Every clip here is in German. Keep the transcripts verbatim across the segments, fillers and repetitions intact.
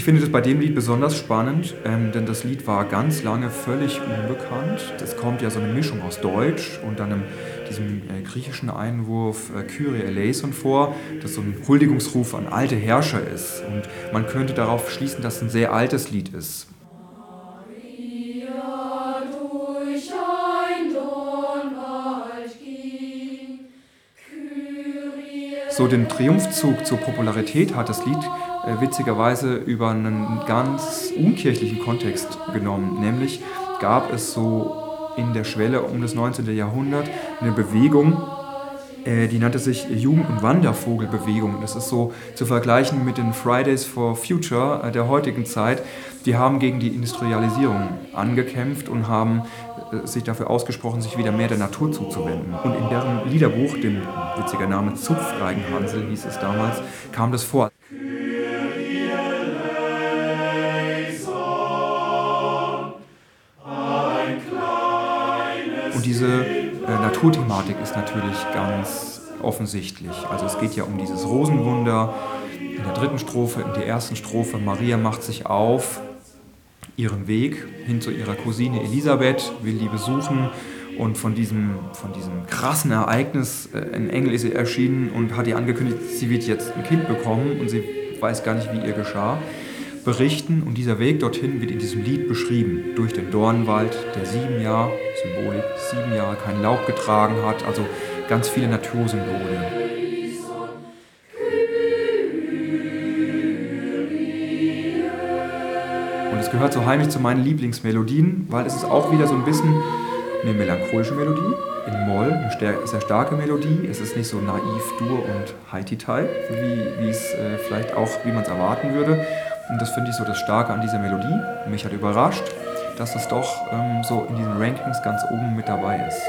Ich finde das bei dem Lied besonders spannend, ähm, denn das Lied war ganz lange völlig unbekannt. Das kommt ja so eine Mischung aus Deutsch und dann einem, diesem äh, griechischen Einwurf äh, Kyrie eleison vor, das so ein Huldigungsruf an alte Herrscher ist. Und man könnte darauf schließen, dass es ein sehr altes Lied ist. So den Triumphzug zur Popularität hat das Lied äh, witzigerweise über einen ganz unkirchlichen Kontext genommen. Nämlich gab es so in der Schwelle um das neunzehnte. Jahrhundert eine Bewegung, äh, die nannte sich Jugend- und Wandervogelbewegung. Das ist so zu vergleichen mit den Fridays for Future äh, der heutigen Zeit. Die haben gegen die Industrialisierung angekämpft und haben äh, sich dafür ausgesprochen, sich wieder mehr der Natur zuzuwenden. Und in deren Liederbuch, dem witziger Name Zupfgeigenhansel hieß es damals, kam das vor. Und diese äh, Naturthematik ist natürlich ganz offensichtlich. Also es geht ja um dieses Rosenwunder. In der dritten Strophe, in der ersten Strophe, Maria macht sich auf ihren Weg hin zu ihrer Cousine Elisabeth, will die besuchen. Und von diesem, von diesem krassen Ereignis, äh, ein Engel ist ihr erschienen und hat ihr angekündigt, sie wird jetzt ein Kind bekommen und sie weiß gar nicht, wie ihr geschah, berichten. Und dieser Weg dorthin wird in diesem Lied beschrieben. Durch den Dornwald, der sieben Jahre, Symbolik, sieben Jahre kein Laub getragen hat, also ganz viele Natursymbole. Und es gehört so heimlich zu meinen Lieblingsmelodien, weil es ist auch wieder so ein bisschen eine melancholische Melodie, in Moll, eine sehr starke Melodie. Es ist nicht so naiv, dur und Haiti-Tai, wie, wie es äh, vielleicht auch, wie man es erwarten würde. Und das finde ich so das Starke an dieser Melodie. Mich hat überrascht, dass es doch ähm, so in diesen Rankings ganz oben mit dabei ist.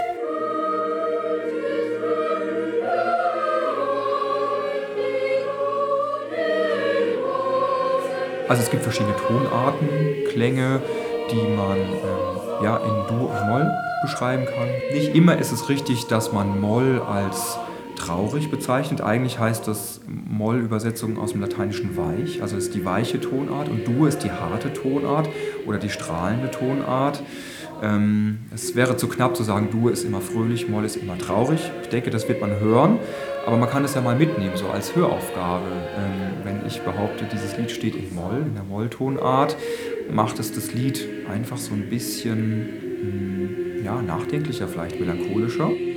Also es gibt verschiedene Tonarten, Klänge, die man ähm, ja, in Dur und Moll beschreiben kann. Nicht immer ist es richtig, dass man Moll als traurig bezeichnet. Eigentlich heißt das Moll-Übersetzung aus dem Lateinischen weich, also ist die weiche Tonart, und Dur ist die harte Tonart oder die strahlende Tonart. Ähm, es wäre zu knapp zu sagen, Dur ist immer fröhlich, Moll ist immer traurig. Ich denke, das wird man hören, aber man kann es ja mal mitnehmen, so als Höraufgabe. Ähm, wenn ich behaupte, dieses Lied steht in Moll, in der Molltonart, macht es das Lied einfach so ein bisschen mh, ja, nachdenklicher, vielleicht melancholischer.